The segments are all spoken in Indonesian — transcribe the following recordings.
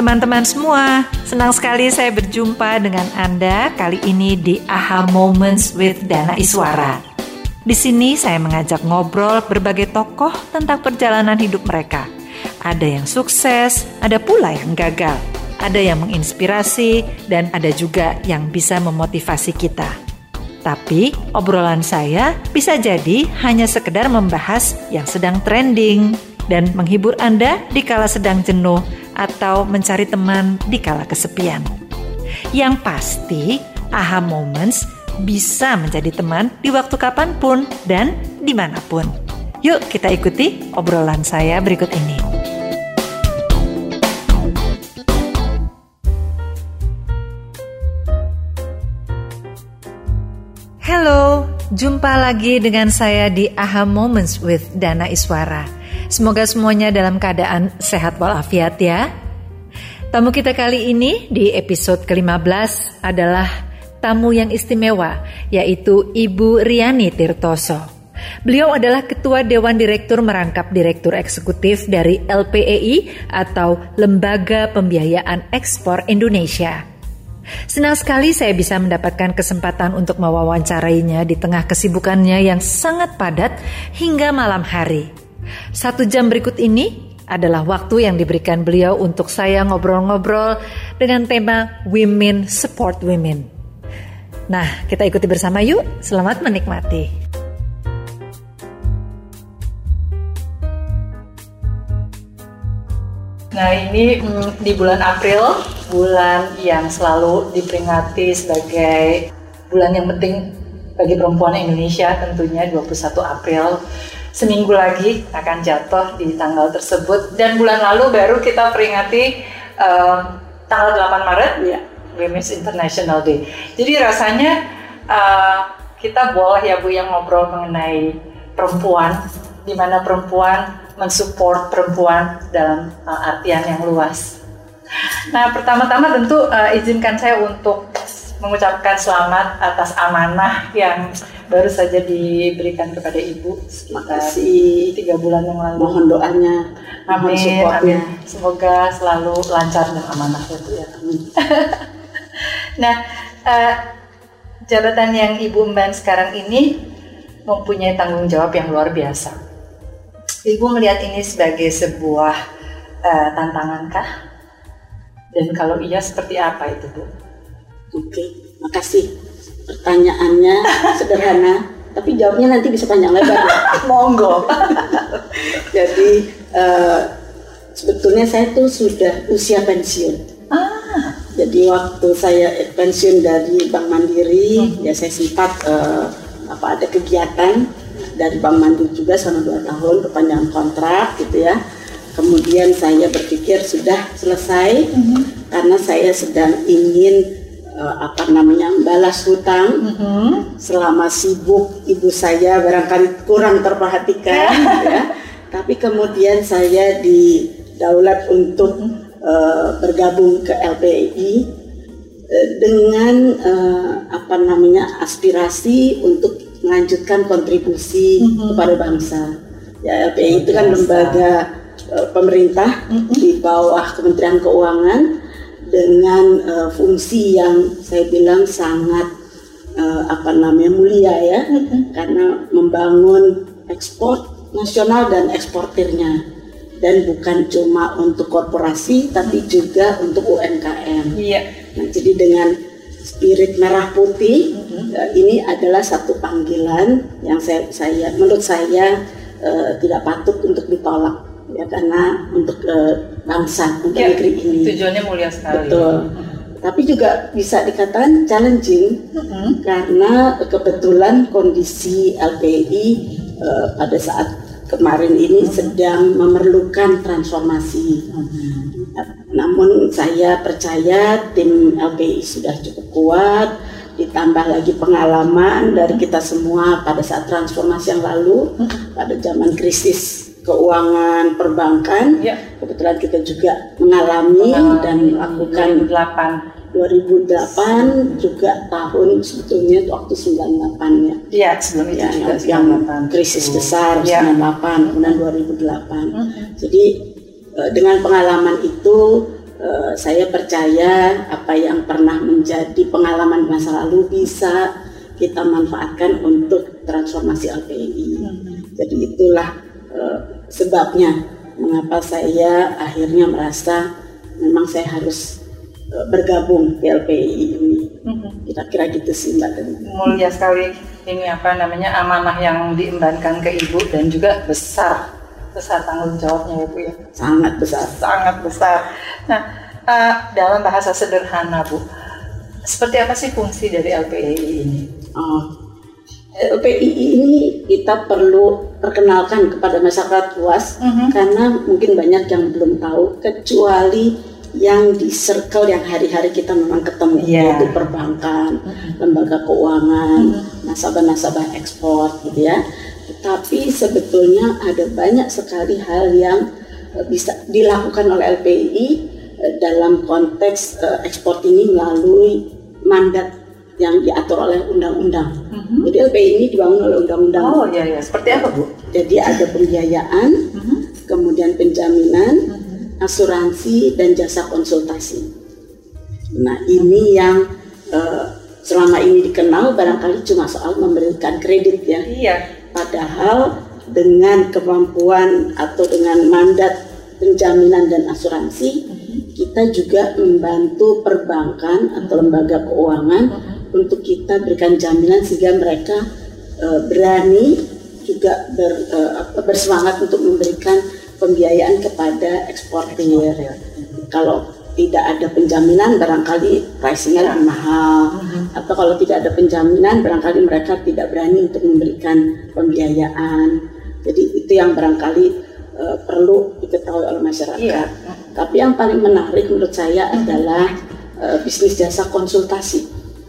teman-teman semua. Senang sekali saya berjumpa dengan Anda kali ini di Aha Moments with Dana Iswara. Di sini saya mengajak ngobrol berbagai tokoh tentang perjalanan hidup mereka. Ada yang sukses, ada pula yang gagal. Ada yang menginspirasi dan ada juga yang bisa memotivasi kita. Tapi obrolan saya bisa jadi hanya sekedar membahas yang sedang trending dan menghibur Anda di kala sedang jenuh atau mencari teman di kala kesepian. Yang pasti, Aha Moments bisa menjadi teman di waktu kapanpun dan dimanapun. Yuk kita ikuti obrolan saya berikut ini. Halo, jumpa lagi dengan saya di Aha Moments with Dana Iswara. Semoga semuanya dalam keadaan sehat walafiat ya. Tamu kita kali ini di episode ke-15 adalah tamu yang istimewa, yaitu Ibu Riani Tirtoso. Beliau adalah Ketua Dewan Direktur Merangkap Direktur Eksekutif dari LPEI atau Lembaga Pembiayaan Ekspor Indonesia. Senang sekali saya bisa mendapatkan kesempatan untuk mewawancarainya di tengah kesibukannya yang sangat padat hingga malam hari. 1 jam berikut ini adalah waktu yang diberikan beliau untuk saya ngobrol-ngobrol dengan tema Women Support Women. Nah, kita ikuti bersama yuk. Selamat menikmati. Nah, ini di bulan April, bulan yang selalu diperingati sebagai bulan yang penting bagi perempuan Indonesia, tentunya 21 April. Seminggu lagi akan jatuh di tanggal tersebut, dan bulan lalu baru kita peringati tanggal 8 Maret ya, Women's International Day. Jadi rasanya kita boleh ya Bu yang ngobrol mengenai perempuan, di mana perempuan mensupport perempuan dalam artian yang luas. Nah, pertama-tama tentu izinkan saya untuk mengucapkan selamat atas amanah yang baru saja diberikan kepada Ibu sekitar 3 bulan yang lalu. Mohon doanya. Amin, amin. Semoga selalu lancar dan amanah ya Bu ya. Nah, jabatan yang Ibu emban sekarang ini mempunyai tanggung jawab yang luar biasa. Ibu melihat ini sebagai sebuah tantangankah? Dan kalau iya, seperti apa itu Bu? Oke, makasih. Pertanyaannya sederhana, tapi jawabnya nanti bisa panjang lebar. Monggo. Jadi sebetulnya saya tuh sudah usia pensiun. Jadi waktu saya pensiun dari Bank Mandiri, ya saya sempat ada kegiatan dari Bank Mandiri juga selama 2 tahun, perpanjangan kontrak gitu ya. Kemudian saya berpikir sudah selesai karena saya sedang ingin balas hutang. Selama sibuk ibu saya barangkali kurang terperhatikan ya. Tapi kemudian saya didaulat untuk bergabung ke LPEI dengan aspirasi untuk melanjutkan kontribusi kepada bangsa. Ya, LPEI itu kan lembaga pemerintah di bawah Kementerian Keuangan dengan fungsi yang saya bilang sangat mulia ya, karena membangun ekspor nasional dan eksportirnya, dan bukan cuma untuk korporasi tapi juga untuk UMKM. Iya. Nah, jadi dengan spirit merah putih ini adalah satu panggilan yang menurut saya tidak patut untuk ditolak. Ya, karena untuk bangsa, untuk negeri ini. Tujuannya mulia sekali. Betul. Tapi juga bisa dikatakan challenging karena kebetulan kondisi LPEI pada saat kemarin ini sedang memerlukan transformasi. Namun saya percaya tim LPEI sudah cukup kuat, ditambah lagi pengalaman dari kita semua pada saat transformasi yang lalu, pada zaman krisis keuangan perbankan, kebetulan kita juga mengalami dan melakukan 2008 juga tahun sebetulnya waktu 98 ya. Iya, sebelum itu juga yang krisis besar 98 kemudian 2008. Jadi dengan pengalaman itu saya percaya apa yang pernah menjadi pengalaman masa lalu bisa kita manfaatkan untuk transformasi LPI. Jadi itulah sebabnya mengapa saya akhirnya merasa memang saya harus bergabung di LPI ini. Kira-kira gitu sih Mbak. Mulia sekali ini amanah yang diembankan ke Ibu, dan juga besar tanggung jawabnya ya Bu ya. Sangat besar. Nah, dalam bahasa sederhana Bu, seperti apa sih fungsi dari LPI ini? LPI ini kita perlu perkenalkan kepada masyarakat luas, karena mungkin banyak yang belum tahu, kecuali yang di circle yang hari-hari kita memang ketemu, yaitu perbankan, lembaga keuangan, nasabah-nasabah ekspor gitu ya. Tapi sebetulnya ada banyak sekali hal yang bisa dilakukan oleh LPI dalam konteks ekspor ini melalui mandat yang diatur oleh undang-undang. Jadi LPI ini dibangun oleh undang-undang. Oh iya. Seperti apa Bu? Jadi ada pembiayaan, kemudian penjaminan, asuransi, dan jasa konsultasi. Nah ini yang selama ini dikenal barangkali cuma soal memberikan kredit ya. Iya. Padahal dengan kemampuan atau dengan mandat penjaminan dan asuransi, kita juga membantu perbankan atau lembaga keuangan untuk kita berikan jaminan sehingga mereka berani juga bersemangat untuk memberikan pembiayaan kepada eksportir. Kalau tidak ada penjaminan barangkali pricingnya lebih mahal, atau kalau tidak ada penjaminan barangkali mereka tidak berani untuk memberikan pembiayaan. Jadi itu yang barangkali perlu diketahui oleh masyarakat. Tapi yang paling menarik menurut saya adalah bisnis jasa konsultasi.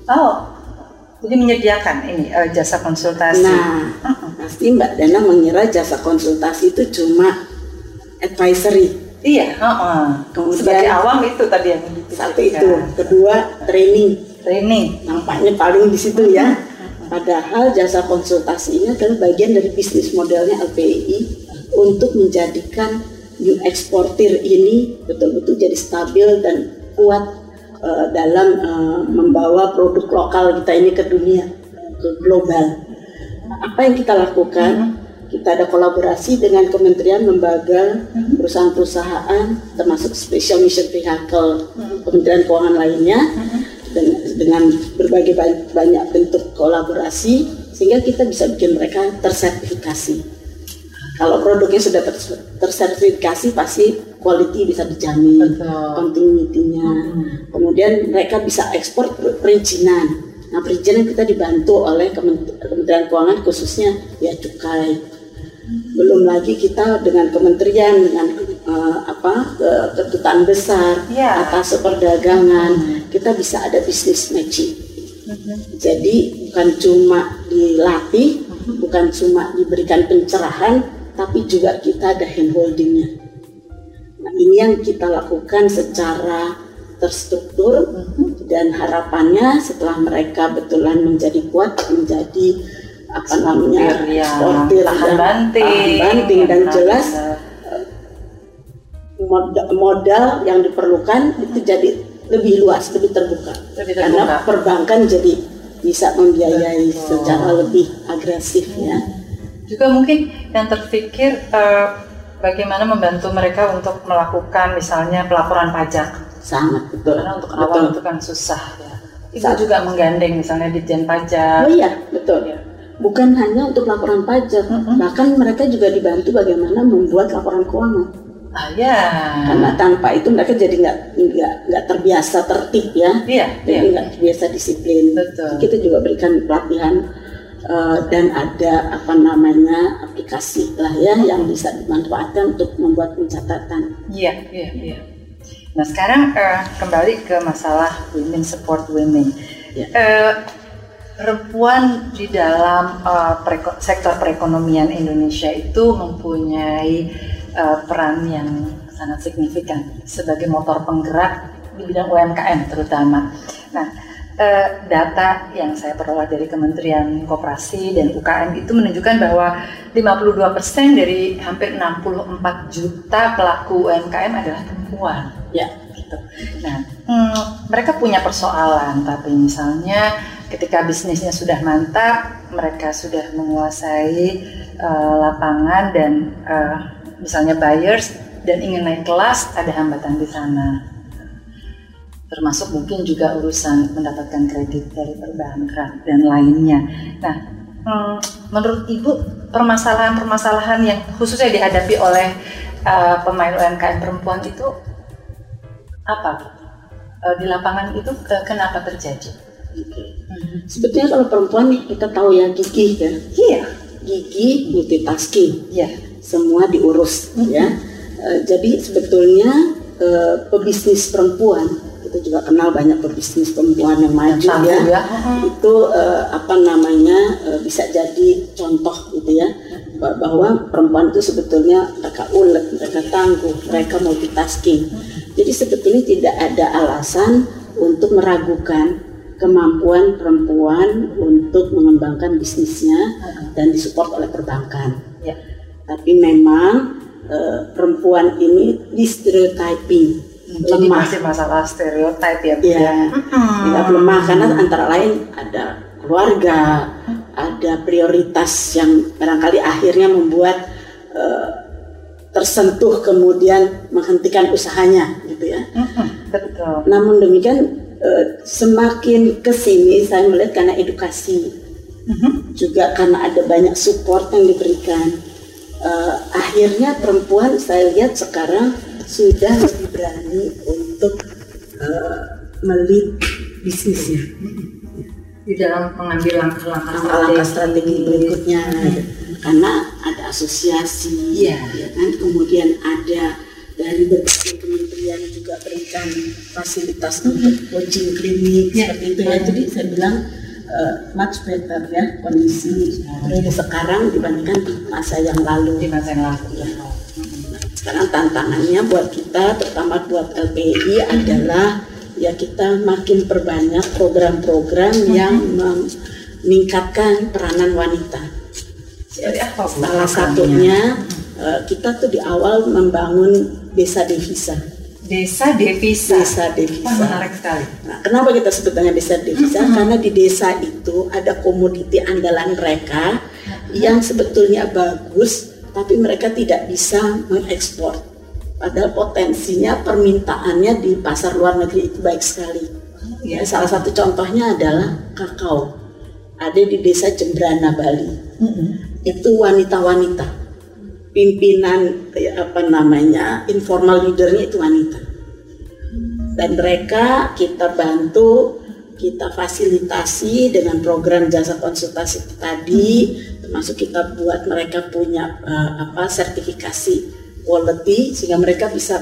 Jadi menyediakan ini jasa konsultasi. Nah, pasti Mbak Dana mengira jasa konsultasi itu cuma advisory. Iya, kemudian sebagai awam itu tadi yang satu itu, kedua training. Nampaknya paling di situ ya. Padahal jasa konsultasi ini adalah bagian dari bisnis modelnya LPI untuk menjadikan new eksportir ini betul-betul jadi stabil dan kuat dalam membawa produk lokal kita ini ke dunia, ke global. Apa yang kita lakukan? Kita ada kolaborasi dengan kementerian, lembaga, perusahaan-perusahaan, termasuk Special Mission Vehicle, kementerian keuangan lainnya, dengan berbagai banyak bentuk kolaborasi, sehingga kita bisa bikin mereka tersertifikasi. Kalau produknya sudah tersertifikasi, pasti quality bisa dijamin, continuity-nya. Kemudian mereka bisa ekspor perizinan. Nah, perizinan kita dibantu oleh Kementerian Keuangan, khususnya bea cukai. Belum lagi kita dengan kementerian, dengan kedutaan besar, atas perdagangan, kita bisa ada bisnis matching. Jadi bukan cuma dilatih, bukan cuma diberikan pencerahan, tapi juga kita ada handholdingnya. Nah, ini yang kita lakukan secara terstruktur, dan harapannya setelah mereka betulan menjadi kuat, menjadi eksportir tahan banting dan jelas modal yang diperlukan itu jadi lebih luas, lebih terbuka. Karena perbankan jadi bisa membiayai secara lebih agresif ya. Juga mungkin yang terpikir bagaimana membantu mereka untuk melakukan misalnya pelaporan pajak. Sangat betul. Karena untuk awal itu kan susah ya. Ibu juga menggandeng misalnya Ditjen Pajak. Oh iya, betul ya. Bukan hanya untuk laporan pajak, bahkan mereka juga dibantu bagaimana membuat laporan keuangan. Karena tanpa itu mereka jadi nggak terbiasa tertib ya, jadi nggak terbiasa disiplin. Kita juga berikan pelatihan dan ada aplikasi lah ya yang bisa dimanfaatkan untuk membuat pencatatan. Iya. Nah sekarang kembali ke masalah women support women. Perempuan di dalam sektor perekonomian Indonesia itu mempunyai peran yang sangat signifikan sebagai motor penggerak di bidang UMKM terutama. Nah, data yang saya peroleh dari Kementerian Koperasi dan UKM itu menunjukkan bahwa 52% dari hampir 64 juta pelaku UMKM adalah perempuan. Ya. Gitu. Nah, mereka punya persoalan, tapi misalnya ketika bisnisnya sudah mantap, mereka sudah menguasai lapangan dan misalnya buyers dan ingin naik kelas, ada hambatan di sana. Termasuk mungkin juga urusan mendapatkan kredit dari perbankan dan lainnya. Nah, menurut Ibu permasalahan-permasalahan yang khususnya dihadapi oleh pemain UMKM perempuan itu apa? Di lapangan itu kenapa terjadi? Sebetulnya kalau perempuan kita tahu ya gigih kan? Iya. Gigih, multitasking. Iya. Semua diurus ya. Jadi sebetulnya pebisnis perempuan, kita juga kenal banyak pebisnis perempuan yang maju ya. Itu bisa jadi contoh gitu ya, bahwa perempuan itu sebetulnya mereka ulet, mereka tangguh, mereka multitasking. Jadi sebetulnya tidak ada alasan untuk meragukan kemampuan perempuan untuk mengembangkan bisnisnya dan disupport oleh perbankan. Ya. Tapi memang perempuan ini di stereotyping. Jadi lemah. masih masalah stereotip ya Bu ya. Tidak lemah karena antara lain ada keluarga, ada prioritas yang barangkali akhirnya membuat tersentuh kemudian menghentikan usahanya gitu ya. Betul. Namun demikian semakin kesini saya melihat karena edukasi juga karena ada banyak support yang diberikan, akhirnya perempuan saya lihat sekarang sudah lebih berani untuk melit bisnisnya Di dalam mengambil langkah-langkah strategi berikutnya, karena ada asosiasi, ya kan, kemudian ada dari berbagai kementerian juga berikan fasilitas untuk coaching klinik seperti itu ya. Jadi saya bilang much better ya kondisi sekarang dibandingkan di masa yang lalu. Sekarang tantangannya buat kita, terutama buat LPI adalah ya kita makin perbanyak program-program yang meningkatkan peranan wanita. Seperti apa? Salah satunya kita tuh di awal membangun desa devisa. Desa devisa. Menarik sekali. Nah, kenapa kita sebutnya desa devisa? Karena di desa itu ada komoditi andalan mereka yang sebetulnya bagus, tapi mereka tidak bisa mengekspor. Padahal potensinya permintaannya di pasar luar negeri itu baik sekali. Ya, salah satu contohnya adalah kakao. Ada di desa Jembrana, Bali. Itu wanita-wanita. Pimpinan informal leadernya itu wanita. Dan mereka kita bantu, kita fasilitasi dengan program jasa konsultasi tadi, termasuk kita buat mereka punya sertifikasi quality sehingga mereka bisa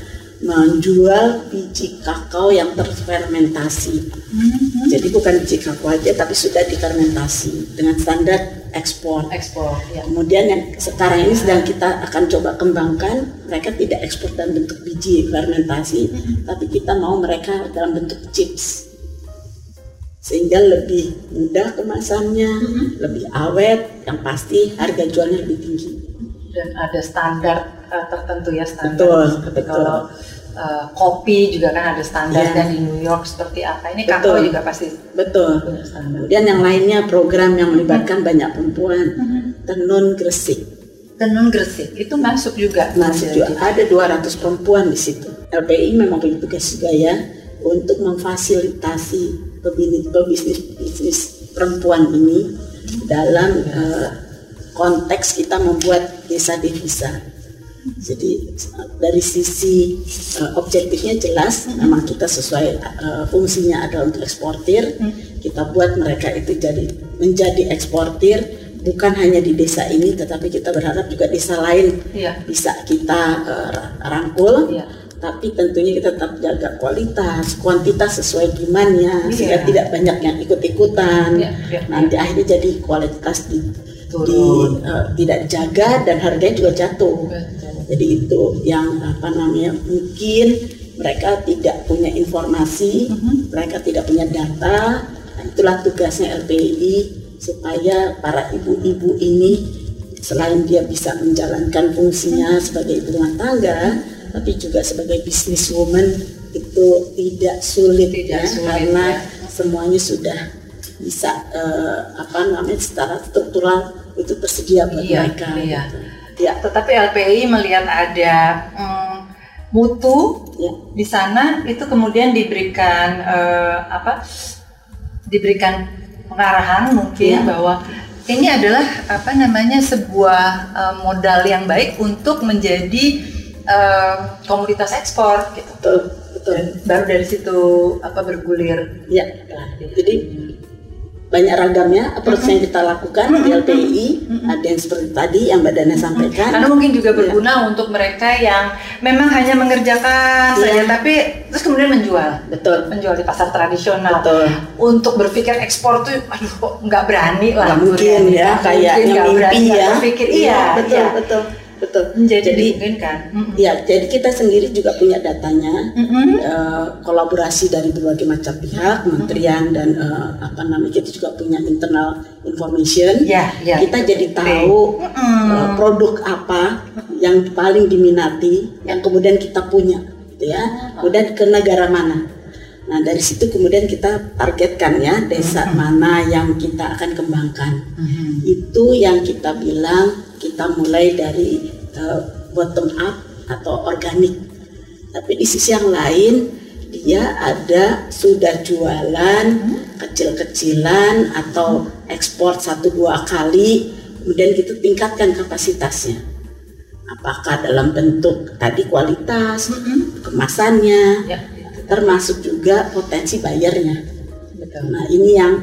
menjual biji kakao yang terfermentasi. Jadi bukan biji kakao aja, tapi sudah difermentasi dengan standar ekspor. Ya. Kemudian yang sekarang ini sedang kita akan coba kembangkan, mereka tidak ekspor dalam bentuk biji fermentasi, tapi kita mau mereka dalam bentuk chips. Sehingga lebih mudah kemasannya, lebih awet, yang pasti harga jualnya lebih tinggi. Dan ada standar tertentu ya, standar. Betul. Kalau kopi juga kan ada standarnya di New York seperti apa. Ini kakao juga pasti. Betul. Kemudian yang lainnya program yang melibatkan banyak perempuan. Tenun Gresik itu masuk juga. Ada 200 perempuan di situ. LPI memang punya tugas juga ya untuk memfasilitasi pebisnis perempuan ini dalam konteks kita membuat desa devisa. Jadi dari sisi objektifnya jelas, memang kita sesuai fungsinya adalah untuk eksportir. Kita buat mereka itu menjadi eksportir, bukan hanya di desa ini, tetapi kita berharap juga desa lain bisa kita rangkul. Tapi tentunya kita tetap jaga kualitas, kuantitas sesuai demand-nya, sehingga tidak banyak yang ikut-ikutan. Nanti akhirnya jadi kualitas tidak dijaga dan harganya juga jatuh. Jadi itu yang mungkin mereka tidak punya informasi, mereka tidak punya data. Nah, itulah tugasnya LPI supaya para ibu-ibu ini selain dia bisa menjalankan fungsinya sebagai ibu rumah tangga, tapi juga sebagai businesswoman itu tidak sulit, karena semuanya sudah bisa secara struktural itu tersedia buat mereka. Gitu. Ya, tetapi LPI melihat ada mutu di sana itu kemudian diberikan diberikan pengarahan mungkin bahwa ini adalah sebuah modal yang baik untuk menjadi komoditas ekspor gitu. Betul. Dan baru dari situ bergulir. Ya. Jadi banyak ragamnya approach yang kita lakukan di LPI. Ada yang seperti tadi yang Mbak Dana sampaikan. Karena mungkin juga berguna untuk mereka yang memang hanya mengerjakan saja, tapi terus kemudian menjual. Betul. Menjual di pasar tradisional. Betul. Untuk berpikir ekspor tuh, aduh kok nggak berani lah. Nggak mungkin ya, kayaknya mimpi ya. Berpikir, betul. Jadi dimungkinkan. Ya, jadi kita sendiri juga punya datanya, kolaborasi dari berbagai macam pihak, kementerian dan kita juga punya internal information. Kita jadi tahu produk apa yang paling diminati, yang kemudian kita punya, gitu ya. Kemudian ke negara mana. Nah, dari situ kemudian kita targetkan ya desa mana yang kita akan kembangkan. Itu yang kita bilang kita mulai dari bottom up atau organik. Tapi di sisi yang lain dia ada sudah jualan kecil-kecilan atau ekspor 1-2 kali, kemudian kita tingkatkan kapasitasnya. Apakah dalam bentuk tadi kualitas, kemasannya, termasuk juga potensi bayarnya. Nah, ini yang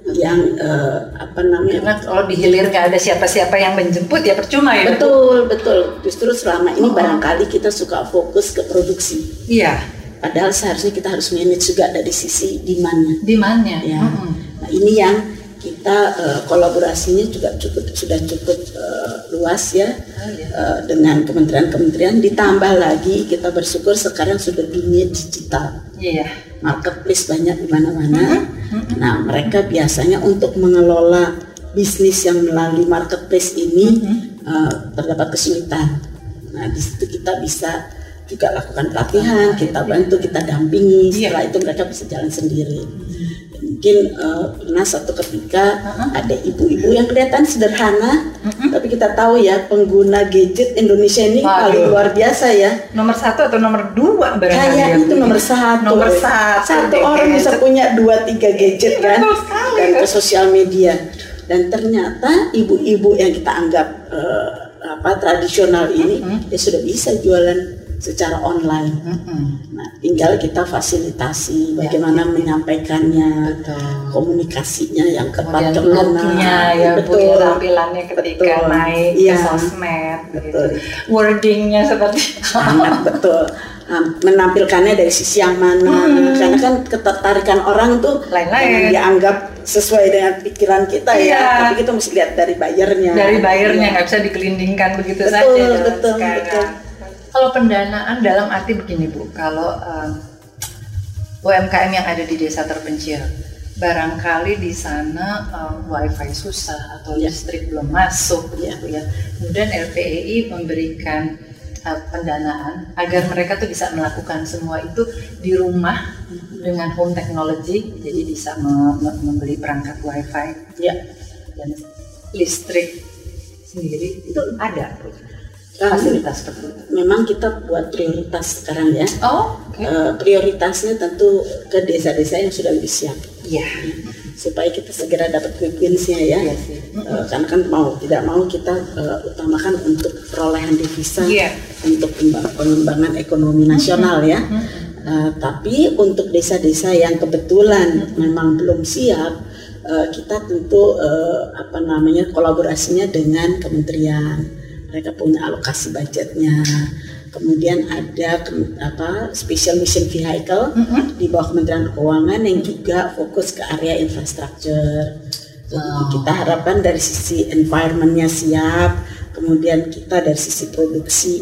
karena kalau di hilir nggak ada siapa-siapa yang menjemput ya percuma ya. Betul. Justru selama ini barangkali kita suka fokus ke produksi. Iya. Padahal seharusnya kita harus manage juga dari sisi demand-nya. Ya. Nah, ini yang kita kolaborasinya juga sudah cukup luas ya. Dengan kementerian-kementerian, ditambah lagi kita bersyukur sekarang sudah dunia digital. Marketplace banyak di mana-mana. Nah, mereka biasanya untuk mengelola bisnis yang melalui marketplace ini terdapat kesulitan. Nah, di situ kita bisa juga lakukan pelatihan, kita bantu, kita dampingi. Setelah itu mereka bisa jalan sendiri. Mungkin pernah satu ketika ada ibu-ibu yang kelihatan sederhana, tapi kita tahu ya pengguna gadget Indonesia ini paling luar biasa ya. Nomor 1 atau nomor 2 barangkali. Kayak itu nomor 1. Satu orang bisa punya 2-3 gadget kan, dan ke sosial media. Dan ternyata ibu-ibu yang kita anggap tradisional ini ya sudah bisa jualan secara online. Nah, tinggal kita fasilitasi bagaimana menyampaikannya, komunikasinya yang tepat, looknya ya, betul, tampilannya ketika naik ke sosmed, gitu. Wordingnya seperti sangat betul. Menampilkannya dari sisi yang mana, karena kan ketertarikan orang tuh lain-lain dianggap sesuai dengan pikiran kita ya, tapi kita mesti lihat dari bayarnya. Nggak bisa dikelindingkan begitu saja. Betul. Kalau pendanaan dalam arti begini Bu, kalau UMKM yang ada di desa terpencil, barangkali di sana wifi susah atau listrik belum masuk, gitu ya. Kemudian LPI memberikan pendanaan agar mereka tuh bisa melakukan semua itu di rumah dengan home technology, jadi bisa membeli perangkat wifi, dan listrik sendiri itu ada Bu. Fasilitas seperti itu. Memang kita buat prioritas sekarang ya. Prioritasnya tentu ke desa-desa yang sudah lebih siap. Supaya kita segera dapat quick wins-nya ya. Karena kan tidak mau kita utamakan untuk perolehan devisa, untuk pengembangan ekonomi nasional ya. Tapi untuk desa-desa yang kebetulan memang belum siap, kita tentu kolaborasinya dengan kementerian. Mereka punya alokasi budgetnya, kemudian ada special mission vehicle di bawah Kementerian Keuangan yang juga fokus ke area infrastruktur. Kita harapkan dari sisi environment-nya siap, kemudian kita dari sisi produksi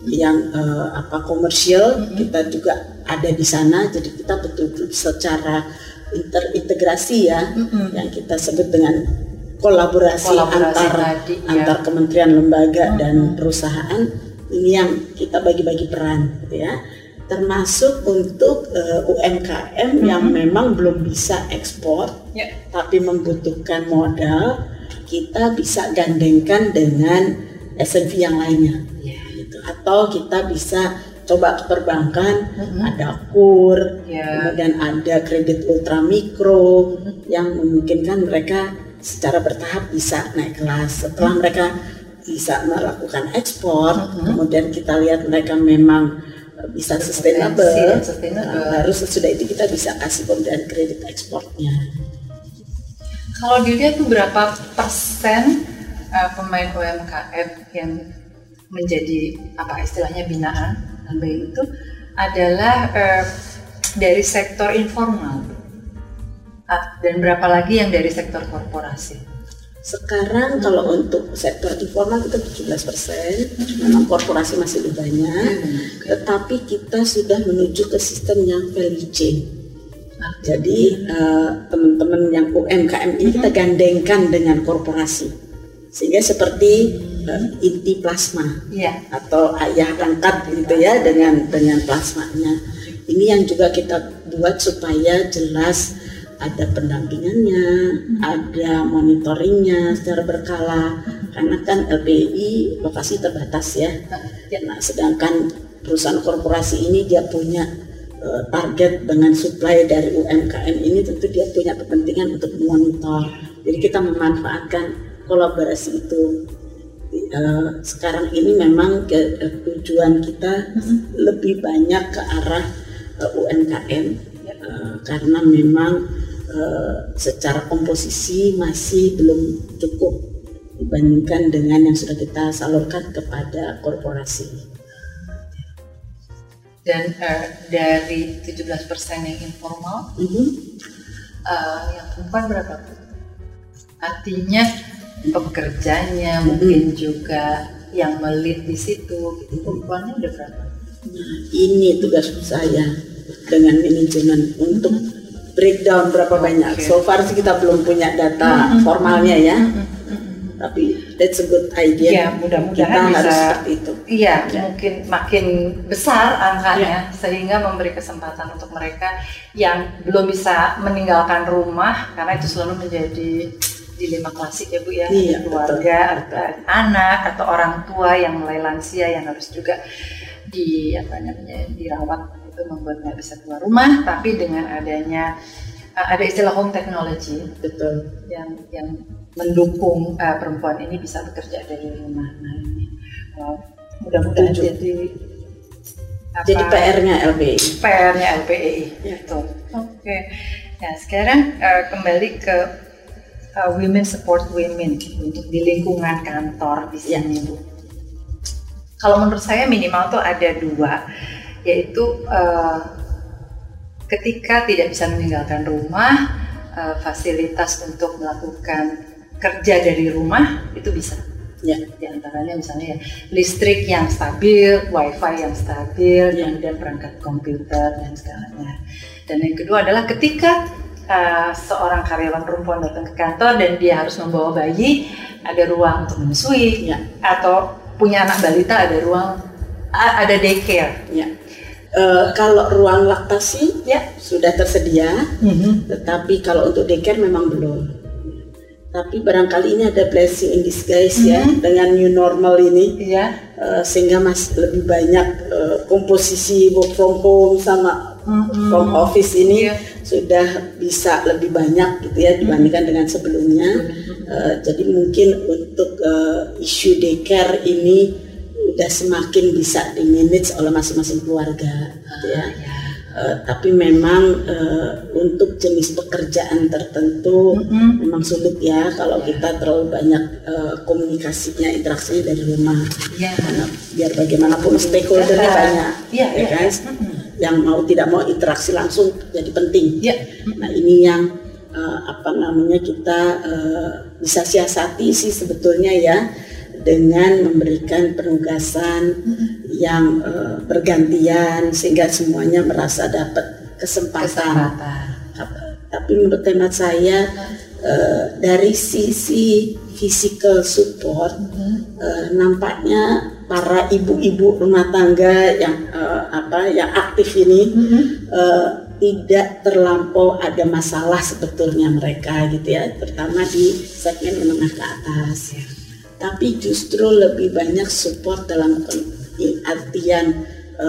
yang komersial, kita juga ada di sana. Jadi kita betul-betul secara terintegrasi ya, yang kita sebut dengan kolaborasi antar kementerian, lembaga dan perusahaan. Ini yang kita bagi-bagi peran gitu ya. Termasuk untuk UMKM yang memang belum bisa ekspor, tapi membutuhkan modal, kita bisa gandengkan dengan SMV yang lainnya, gitu. Atau kita bisa coba ke perbankan, ada KUR, kemudian ada kredit ultramikro yang memungkinkan mereka secara bertahap bisa naik kelas. Setelah mereka bisa melakukan ekspor, kemudian kita lihat mereka memang bisa sustainable, baru sesudah itu kita bisa kasih pemberian kredit ekspornya. Kalau dilihat tuh berapa persen pemain UMKM yang menjadi istilahnya binaan LBI itu adalah dari sektor informal, dan berapa lagi yang dari sektor korporasi? Sekarang kalau untuk sektor informal kita 17%, memang korporasi masih lebih banyak, tetapi kita sudah menuju ke sistem yang value chain. Jadi teman-teman yang UMKM ini kita gandengkan dengan korporasi, sehingga seperti inti plasma atau ayah angkat gitu ya dengan plasmanya. Ini yang juga kita buat supaya jelas ada pendampingannya, ada monitoringnya secara berkala, karena kan LBI lokasi terbatas ya. Nah, sedangkan perusahaan korporasi ini dia punya target dengan supply dari UMKM ini, tentu dia punya kepentingan untuk memonitor. Jadi kita memanfaatkan kolaborasi itu. Sekarang ini memang tujuan kita lebih banyak ke arah UMKM, karena memang secara komposisi masih belum cukup dibandingkan dengan yang sudah kita salurkan kepada korporasi. Dan dari 17% yang informal, yang perempuan berapa? Artinya pekerjanya mungkin juga yang melit di situ, perempuannya udah berapa? Nah, ini tugas saya dengan manajemen untuk breakdown berapa banyak. So far sih kita belum punya data formalnya ya. Tapi that's a good idea. Ya, mudah-mudahan kita bisa harus seperti itu. Iya, mungkin makin besar angkanya sehingga memberi kesempatan untuk mereka yang belum bisa meninggalkan rumah, karena itu selalu menjadi dilema klasik ya Bu ya, keluarga, atau anak atau orang tua yang mulai lansia yang harus juga dirawat. Itu membuat nggak bisa keluar rumah, tapi dengan adanya ada istilah home technology, betul, yang mendukung perempuan ini bisa bekerja dari rumah. Nah ini mudah-mudahan jadi PR-nya LBI. Betul. Oke. Nah sekarang kembali ke women support women untuk di lingkungan kantor di sini Bu. Kalau menurut saya minimal tuh ada 2. Yaitu ketika tidak bisa meninggalkan rumah, fasilitas untuk melakukan kerja dari rumah itu bisa. Ya, di antaranya misalnya listrik yang stabil, wifi yang stabil, dan perangkat komputer dan segalanya. Dan yang kedua adalah ketika seorang karyawan perempuan datang ke kantor dan dia harus membawa bayi, ada ruang untuk menyusui, atau punya anak balita ada daycare. Kalau ruang laktasi sudah tersedia, tetapi kalau untuk daycare memang belum. Tapi barangkali ini ada blessing in disguise ya dengan new normal ini, sehingga lebih banyak komposisi work from home sama from office ini sudah bisa lebih banyak gitu ya dibandingkan dengan sebelumnya. Jadi mungkin untuk isu daycare ini udah semakin bisa di-manage oleh masing-masing keluarga gitu ya. Tapi memang untuk jenis pekerjaan tertentu memang sulit ya kalau kita terlalu banyak komunikasinya, interaksinya dari rumah. Karena biar bagaimanapun stakeholdernya banyak, ya kan? Yang mau tidak mau interaksi langsung jadi penting. Nah ini yang kita bisa siasati sih sebetulnya ya, dengan memberikan penugasan yang bergantian sehingga semuanya merasa dapat kesempatan. Tapi menurut hemat saya dari sisi physical support nampaknya para ibu-ibu rumah tangga yang yang aktif ini tidak terlampau ada masalah sebetulnya mereka gitu ya, terutama di segmen menengah ke atas ya. Tapi justru lebih banyak support dalam artian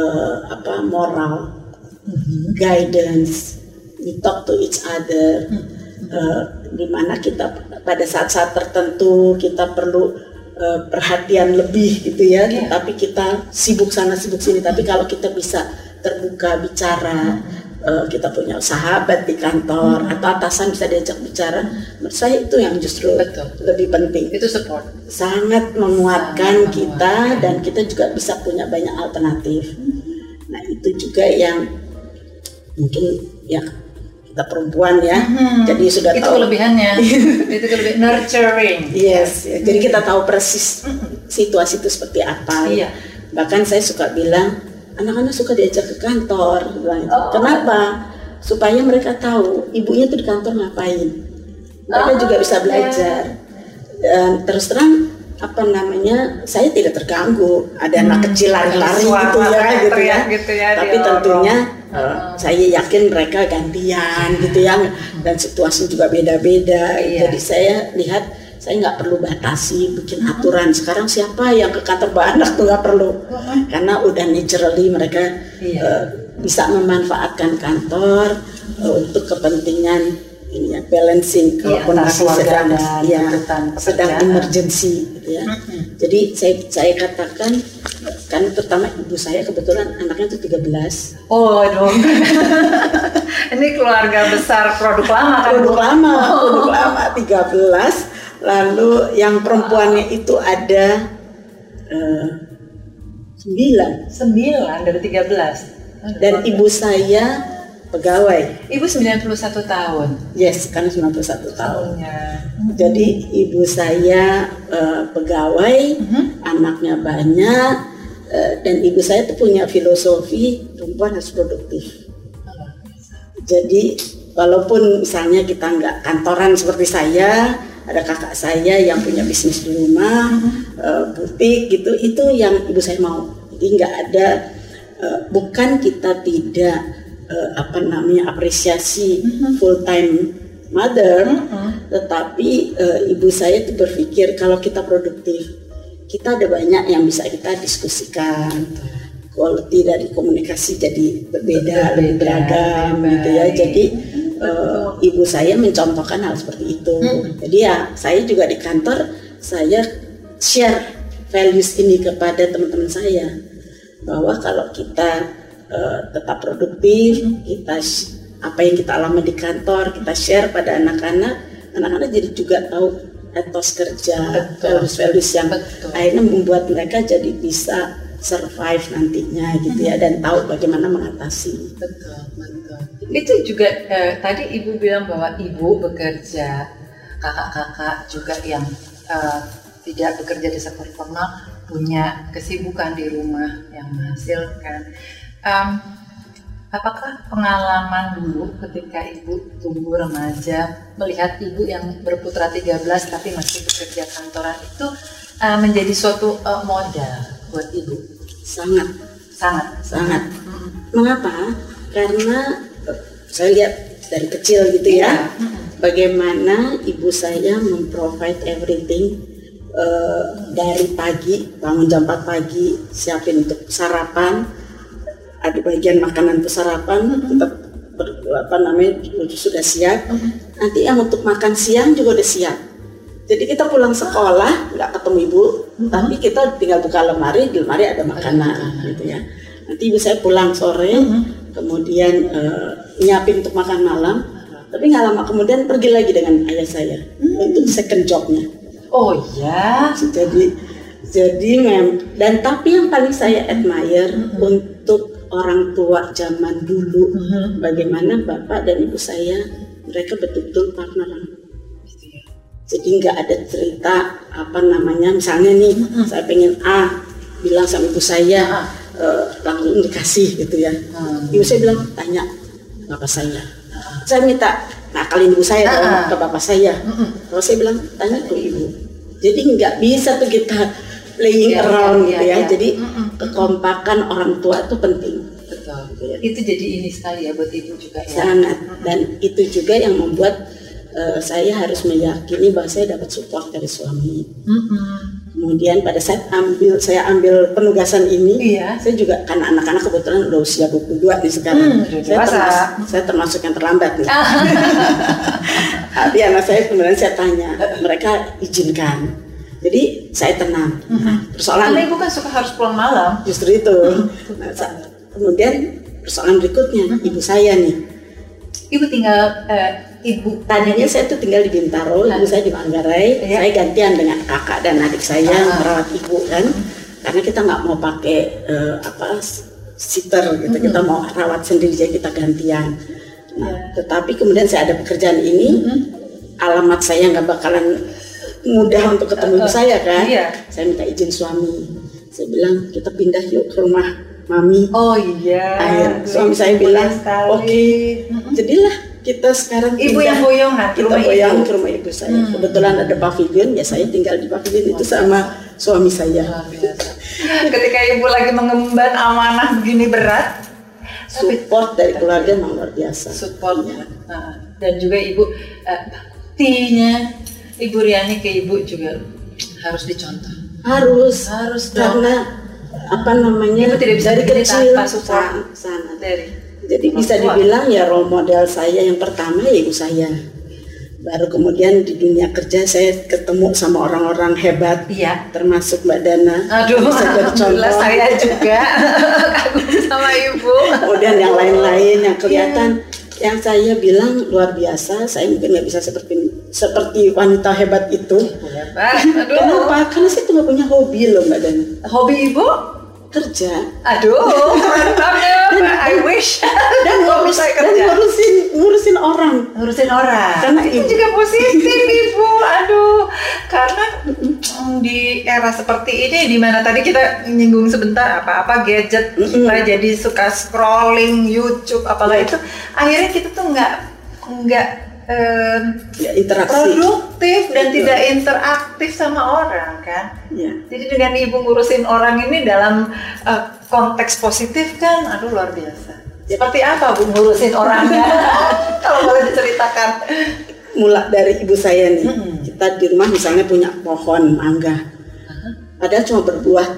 moral, guidance, we talk to each other, di mana kita pada saat-saat tertentu kita perlu perhatian lebih gitu ya, tapi kita sibuk sana sibuk sini. Tapi kalau kita bisa terbuka bicara, kita punya sahabat di kantor atau atasan bisa diajak bicara, menurut saya itu yang justru lebih penting. Itu support sangat menguatkan kita dan kita juga bisa punya banyak alternatif. Nah itu juga yang mungkin ya kita perempuan ya, jadi sudah itu tahu kelebihannya. Itu kelebihan nurturing. Yes, ya. Jadi kita tahu persis situasi itu seperti apa. Iya. Bahkan saya suka bilang anak-anak suka diajak ke kantor, bilang itu. Kenapa? Supaya mereka tahu ibunya tuh di kantor ngapain. Mereka juga bisa belajar. Dan terus terang saya tidak terganggu. Ada anak kecil lari-lari gitu ya. Tapi tentunya saya yakin mereka gantian gitu ya. Dan situasi juga beda-beda. Jadi saya lihat saya nggak perlu batasi bikin aturan sekarang siapa yang ke kantor bawa anak tuh nggak perlu, karena udah naturally mereka bisa memanfaatkan kantor untuk kepentingan ini ya, balancing kalau kondisi sedang emergency gitu ya. Jadi saya katakan kan pertama ibu saya kebetulan anaknya itu 13. Oh dong. Ini keluarga besar produk lama kan? Produk lama 13. Lalu yang perempuannya itu ada 9 dari 13. Dan ibu saya pegawai. Ibu 91 tahun. Yes, karena 91 tahun. Jadi ibu saya pegawai, anaknya banyak, dan ibu saya tuh punya filosofi perempuan harus produktif. Jadi walaupun misalnya kita nggak kantoran seperti saya, ada kakak saya yang punya bisnis di rumah, butik gitu, itu yang ibu saya mau. Jadi nggak ada, bukan kita tidak apresiasi full time mother, tetapi ibu saya itu berpikir kalau kita produktif, kita ada banyak yang bisa kita diskusikan. Quality dari komunikasi jadi berbeda, lebih beragam gitu ya. Jadi ibu saya mencontohkan hal seperti itu. Jadi ya saya juga di kantor saya share values ini kepada teman-teman saya, bahwa kalau kita tetap produktif, kita apa yang kita alami di kantor kita share pada anak-anak jadi juga tahu etos kerja, values yang akhirnya membuat mereka jadi bisa survive nantinya gitu ya, dan tahu bagaimana mengatasi. Betul. Itu juga tadi ibu bilang bahwa ibu bekerja, kakak-kakak juga yang tidak bekerja di sektor formal punya kesibukan di rumah yang menghasilkan. Apakah pengalaman dulu ketika ibu tumbuh remaja melihat ibu yang berputra 13 tapi masih bekerja kantoran itu menjadi suatu modal buat ibu? Sangat. Mengapa? Karena saya lihat dari kecil gitu ya, bagaimana ibu saya memprovide everything, dari pagi, bangun jam 4 pagi, siapin untuk sarapan, ada bagian makanan untuk sarapan, tetap sudah siap. Nanti yang untuk makan siang juga udah siap. Jadi kita pulang sekolah nggak ketemu ibu, tapi kita tinggal buka lemari, di lemari ada makanan gitu ya. Nanti ibu saya pulang sore, kemudian nyiapin untuk makan malam, tapi nggak lama kemudian pergi lagi dengan ayah saya untuk second jobnya. Oh ya. Dan tapi yang paling saya admire untuk orang tua zaman dulu, bagaimana bapak dan ibu saya mereka betul-betul partneran. Jadi nggak ada cerita apa namanya, misalnya nih saya pengen A, bilang sama ibu saya langsung dikasih gitu ya. Ibu saya bilang tanya bapak saya. Saya minta nakalin ibu saya dong ke bapak saya. Kalau saya bilang tanya ke ibu. Jadi nggak bisa tuh kita playing around gitu ya. Jadi kekompakan orang tua itu penting. Betul. Gitu ya. Itu jadi ini sekali ya buat ibu juga ya. Sangat. Dan itu juga yang membuat saya harus meyakini bahwa saya dapat support dari suami. Kemudian pada saat saya ambil penugasan ini, saya juga karena anak-anak kebetulan udah usia 22 nih sekarang. Saya termasuk yang terlambat nih. Tapi anak saya kemudian saya tanya, mereka izinkan. Jadi saya tenang. Persoalan karena ibu kan suka harus pulang malam. Justru itu. Kemudian persoalan berikutnya, ibu saya nih. Ibu tinggal tadinya saya tuh tinggal di Bintaro, ibu saya di Manggarai. Saya gantian dengan kakak dan adik saya merawat ibu kan, karena kita nggak mau pakai sitter gitu, kita mau rawat sendiri, jadi kita gantian. Nah, tetapi kemudian saya ada pekerjaan ini, alamat saya nggak bakalan mudah untuk ketemu ibu saya kan. Saya minta izin suami, saya bilang kita pindah yuk ke rumah mami. Oh iya. Suami saya bilang oke. Jadilah kita sekarang ibu yang boyongan kita boyong ke rumah ibu saya. Kebetulan ada pavilion, ya saya tinggal di pavilion itu sama suami saya. Ketika ibu lagi mengemban amanah begini berat, support dari keluarga memang luar biasa. Supportnya. Dan juga ibu baktinya Ibu Riani ke ibu juga harus dicontoh. Harus karena apa namanya, ibu tidak bisa dari kecil tanpa support sangat dari. Jadi bisa dibilang ya role model saya yang pertama ya ibu saya. Baru kemudian di dunia kerja saya ketemu sama orang-orang hebat, termasuk Mbak Dana. Aduh, alhamdulillah saya juga kagum sama ibu. Kemudian yang lain-lain yang kelihatan, yang saya bilang luar biasa. Saya mungkin nggak bisa seperti wanita hebat itu. Hebat. Aduh. Kenapa? Karena saya tuh nggak punya hobi loh Mbak Dana. Hobi ibu? Kerja. Aduh, mantap ya. I wish. Dan ngurusin orang. Karena itu juga positif ibu. Aduh, karena di era seperti ini, di mana tadi kita nyinggung sebentar apa-apa gadget, kita jadi suka scrolling YouTube, apalah itu. Akhirnya kita tuh nggak interaksi, produktif dan tidak interaktif sama orang kan. Jadi dengan ibu ngurusin orang ini dalam konteks positif kan, aduh luar biasa. Seperti apa bu ngurusin orangnya? Kalau boleh diceritakan. Mulai dari ibu saya nih, kita di rumah misalnya punya pohon mangga, padahal cuma berbuah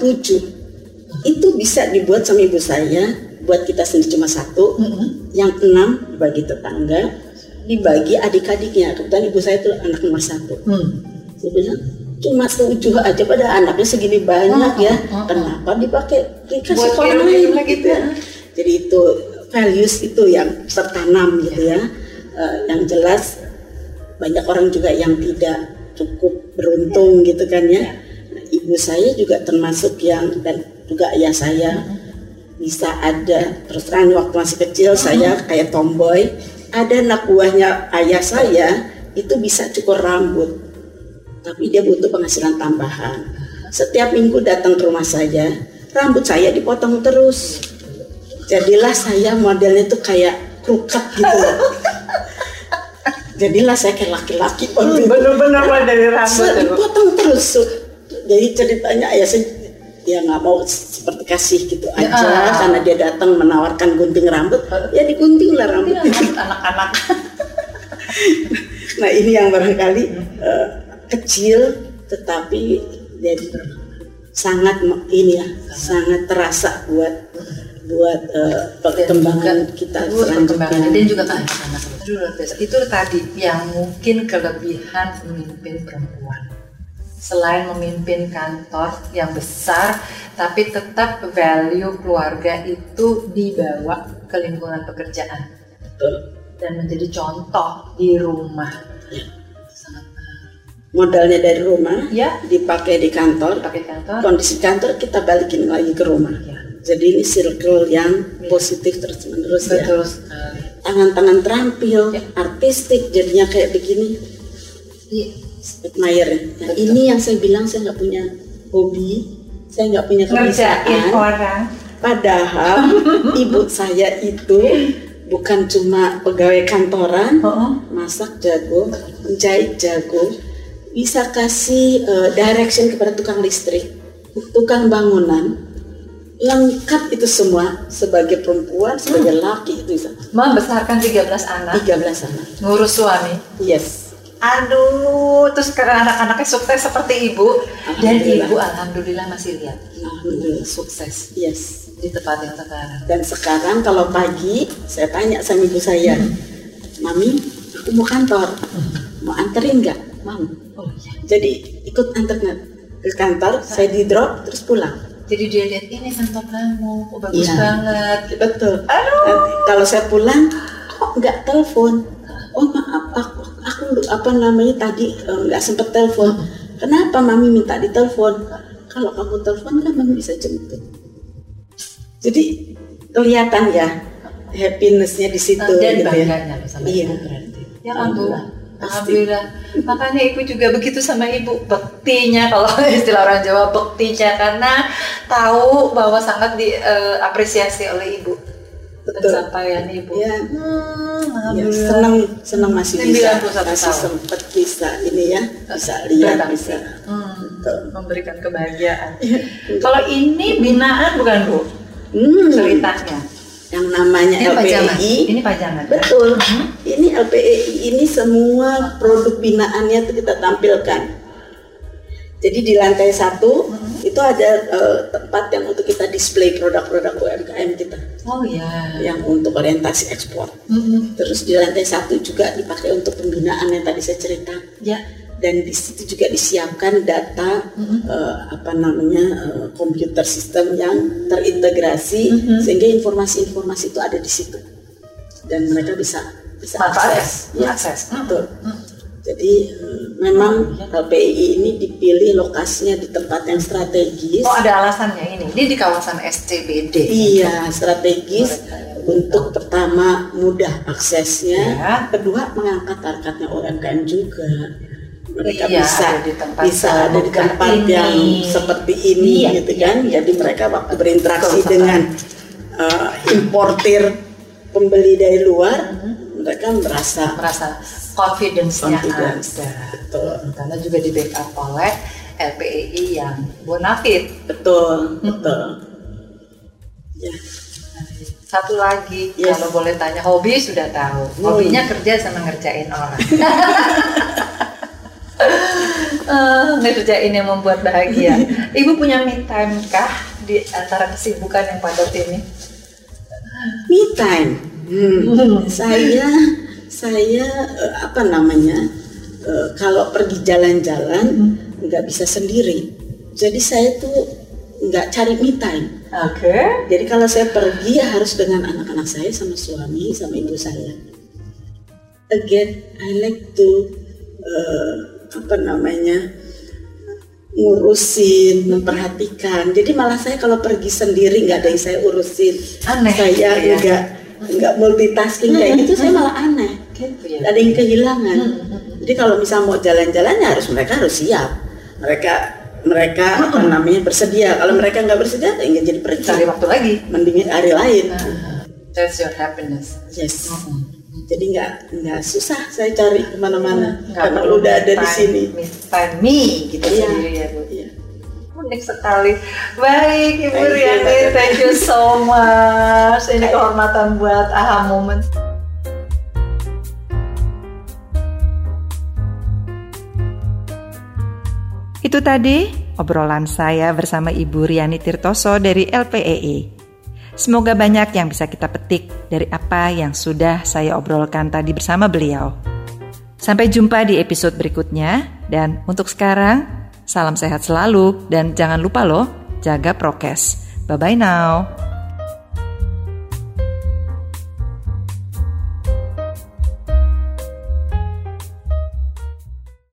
7, itu bisa dibuat sama ibu saya, buat kita sendiri cuma 1, yang 6 dibagi tetangga, dibagi adik-adiknya. Kebetulan ibu saya itu anak nomor 1. Saya bilang cuma 7 aja, pada anaknya segini banyak ya, kenapa dikasih orang lain gitu ya. Jadi itu values itu yang tertanam gitu ya. Yang jelas banyak orang juga yang tidak cukup beruntung gitu kan ya. Nah, ibu saya juga termasuk yang, dan juga ayah saya bisa ada, terus terang waktu masih kecil saya kayak tomboy. Ada anak buahnya ayah saya itu bisa cukur rambut, tapi dia butuh penghasilan tambahan. Setiap minggu datang ke rumah saya, rambut saya dipotong terus. Jadilah saya modelnya tuh kayak kruket gitu. Jadilah saya kayak laki-laki. Bener-bener dari rambut dipotong terus. Jadi ceritanya ayah saya, dia nggak mau seperti kasih gitu aja, karena dia datang menawarkan gunting rambut, ya digunting lah rambutnya. Anak-anak. Nah ini yang barangkali kecil, tetapi jadi sangat sangat terasa buat perkembangan kita selanjutnya. Dan juga anak-anak. Itu tadi yang mungkin kelebihan memimpin perempuan. Selain memimpin kantor yang besar, tapi tetap value keluarga itu dibawa ke lingkungan pekerjaan. Dan menjadi contoh di rumah. Modalnya dari rumah, dipakai di kantor. Kondisi kantor kita balikin lagi ke rumah. Jadi ini circle yang positif terus-menerus ya. Tangan-tangan terampil, artistik, jadinya kayak begini. admire. Nah, ini yang saya bilang saya nggak punya hobi, saya nggak punya kebiasaan. Orang. Padahal ibu saya itu bukan cuma pegawai kantoran, masak jago, menjahit jago, bisa kasih direction kepada tukang listrik, tukang bangunan, lengkap itu semua sebagai perempuan, sebagai laki itu bisa. Membesarkan 13 anak. 13 anak. Ngurus suami. Yes. Aduh, terus karena anak-anaknya sukses seperti ibu dan ibu alhamdulillah masih lihat Alhamdulillah sukses yes di tempat yang sekarang. Dan sekarang kalau pagi saya tanya sama ibu saya, Mami, aku mau kantor, mau anterin nggak? Mau. Oh iya. Jadi ikut antar ke kantor, saya di drop terus pulang. Jadi dia lihat ini kantor kamu, bagus banget. Betul. Aduh. Nanti, kalau saya pulang, kok nggak telepon? Oh maaf, aku tadi nggak sempet telepon. Kenapa Mami minta ditelepon? Kalau kamu telepon kan Mami bisa jemput. Jadi kelihatan ya happiness-nya di situ. Dan gitu bangganya ya. sama ibu berarti. Ya alhamdulillah. Makanya ibu juga begitu sama ibu, bektinya kalau istilah orang Jawa, bektinya, karena tahu bahwa sangat diapresiasi oleh ibu. Pencapaian ibu. Ya. Alhamdulillah. Senang masih bisa, masih sempat bisa ini ya, bisa lihat, bisa memberikan kebahagiaan. Kalau ini binaan bukan Bu? Ceritanya. Yang namanya ini LPEI. Ini pajangan. Betul. Ini LPEI ini semua produk binaannya itu kita tampilkan. Jadi di lantai 1 itu ada tempat yang untuk kita display produk-produk UMKM kita. Oh ya. Yang untuk orientasi ekspor. Terus di lantai 1 juga dipakai untuk pembinaan yang tadi saya cerita. Ya. Dan di situ juga disiapkan data komputer sistem yang terintegrasi sehingga informasi-informasi itu ada di situ. Dan mereka bisa akses. Betul. Jadi memang LPEI ini dipilih lokasinya di tempat yang strategis. Oh, ada alasannya ini. Ini di kawasan SCBD. Iya, strategis. Untuk pertama mudah aksesnya, kedua mengangkat harkatnya UMKM juga. Mereka bisa ada di tempat yang seperti ini gitu kan. Jadi mereka waktu berinteraksi dengan importir pembeli dari luar, mereka merasa confidence-nya ada. Betul. Karena juga di backup oleh LPEI yang bonafit. Betul. Ya. Satu lagi, kalau boleh tanya, hobi sudah tahu. Hobinya kerja sama ngerjain orang. Ngerjain yang membuat bahagia. Apa punya me time kah di antara kesibukan yang padat ini? Me time. Saya kalau pergi jalan-jalan nggak bisa sendiri. Jadi saya tuh nggak cari me time. Oke. Jadi kalau saya pergi ya harus dengan anak-anak saya, sama suami, sama ibu saya. Again, I like to ngurusin, memperhatikan. Jadi malah saya kalau pergi sendiri nggak ada yang saya urusin. Aneh. Saya nggak multitasking kayak gitu, saya malah aneh. Gitu ya. Ada yang kehilangan. Jadi kalau misal mau jalan-jalan ya mereka harus siap. Mereka bersedia. Kalau mereka nggak bersedia, ingin jadi pergi. Cari waktu lagi. Mending hari lain. That's your happiness. Yes. Jadi nggak susah saya cari kemana-mana. Karena udah ada di sini. Time me gitu sendiri ya Bu. Iya. Unik sekali. Baik Ibu Riani, thank you so much. Ini kehormatan buat AHA Moment. Itu tadi obrolan saya bersama Ibu Riani Tirtoso dari LPEI. Semoga banyak yang bisa kita petik dari apa yang sudah saya obrolkan tadi bersama beliau. Sampai jumpa di episode berikutnya, dan untuk sekarang, salam sehat selalu dan jangan lupa loh, jaga prokes. Bye-bye now.